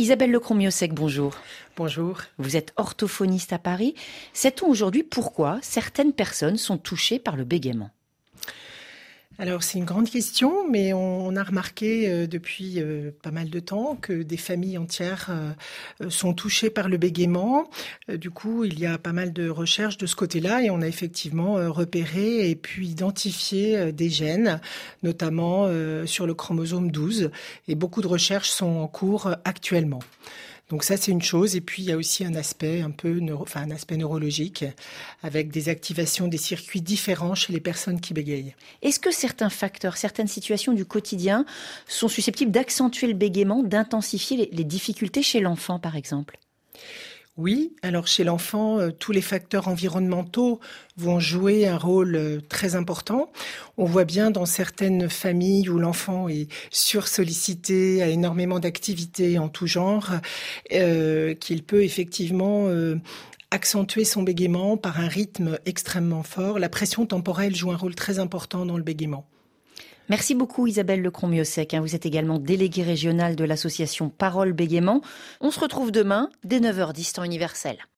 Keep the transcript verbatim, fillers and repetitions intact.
Isabelle Lecrom-Miosec, bonjour. Bonjour. Vous êtes orthophoniste à Paris. Sait-on aujourd'hui pourquoi certaines personnes sont touchées par le bégaiement ? Alors c'est une grande question, mais on a remarqué euh, depuis euh, pas mal de temps que des familles entières euh, sont touchées par le bégaiement. Euh, du coup, il y a pas mal de recherches de ce côté-là et on a effectivement euh, repéré et puis identifié euh, des gènes, notamment euh, sur le chromosome douze. Et beaucoup de recherches sont en cours euh, actuellement. Donc ça, c'est une chose. Et puis, il y a aussi un aspect un peu neuro, enfin, un aspect neurologique avec des activations des circuits différents chez les personnes qui bégayent. Est-ce que certains facteurs, certaines situations du quotidien sont susceptibles d'accentuer le bégaiement, d'intensifier les, les difficultés chez l'enfant, par exemple ? Oui, alors chez l'enfant, euh, tous les facteurs environnementaux vont jouer un rôle euh, très important. On voit bien dans certaines familles où l'enfant est sursollicité, a énormément d'activités en tout genre, euh, qu'il peut effectivement euh, accentuer son bégaiement par un rythme extrêmement fort. La pression temporelle joue un rôle très important dans le bégaiement. Merci beaucoup Isabelle Lecrom-Miosec. Vous êtes également déléguée régionale de l'association Parole Bégaiement. On se retrouve demain dès neuf heures dix temps universel.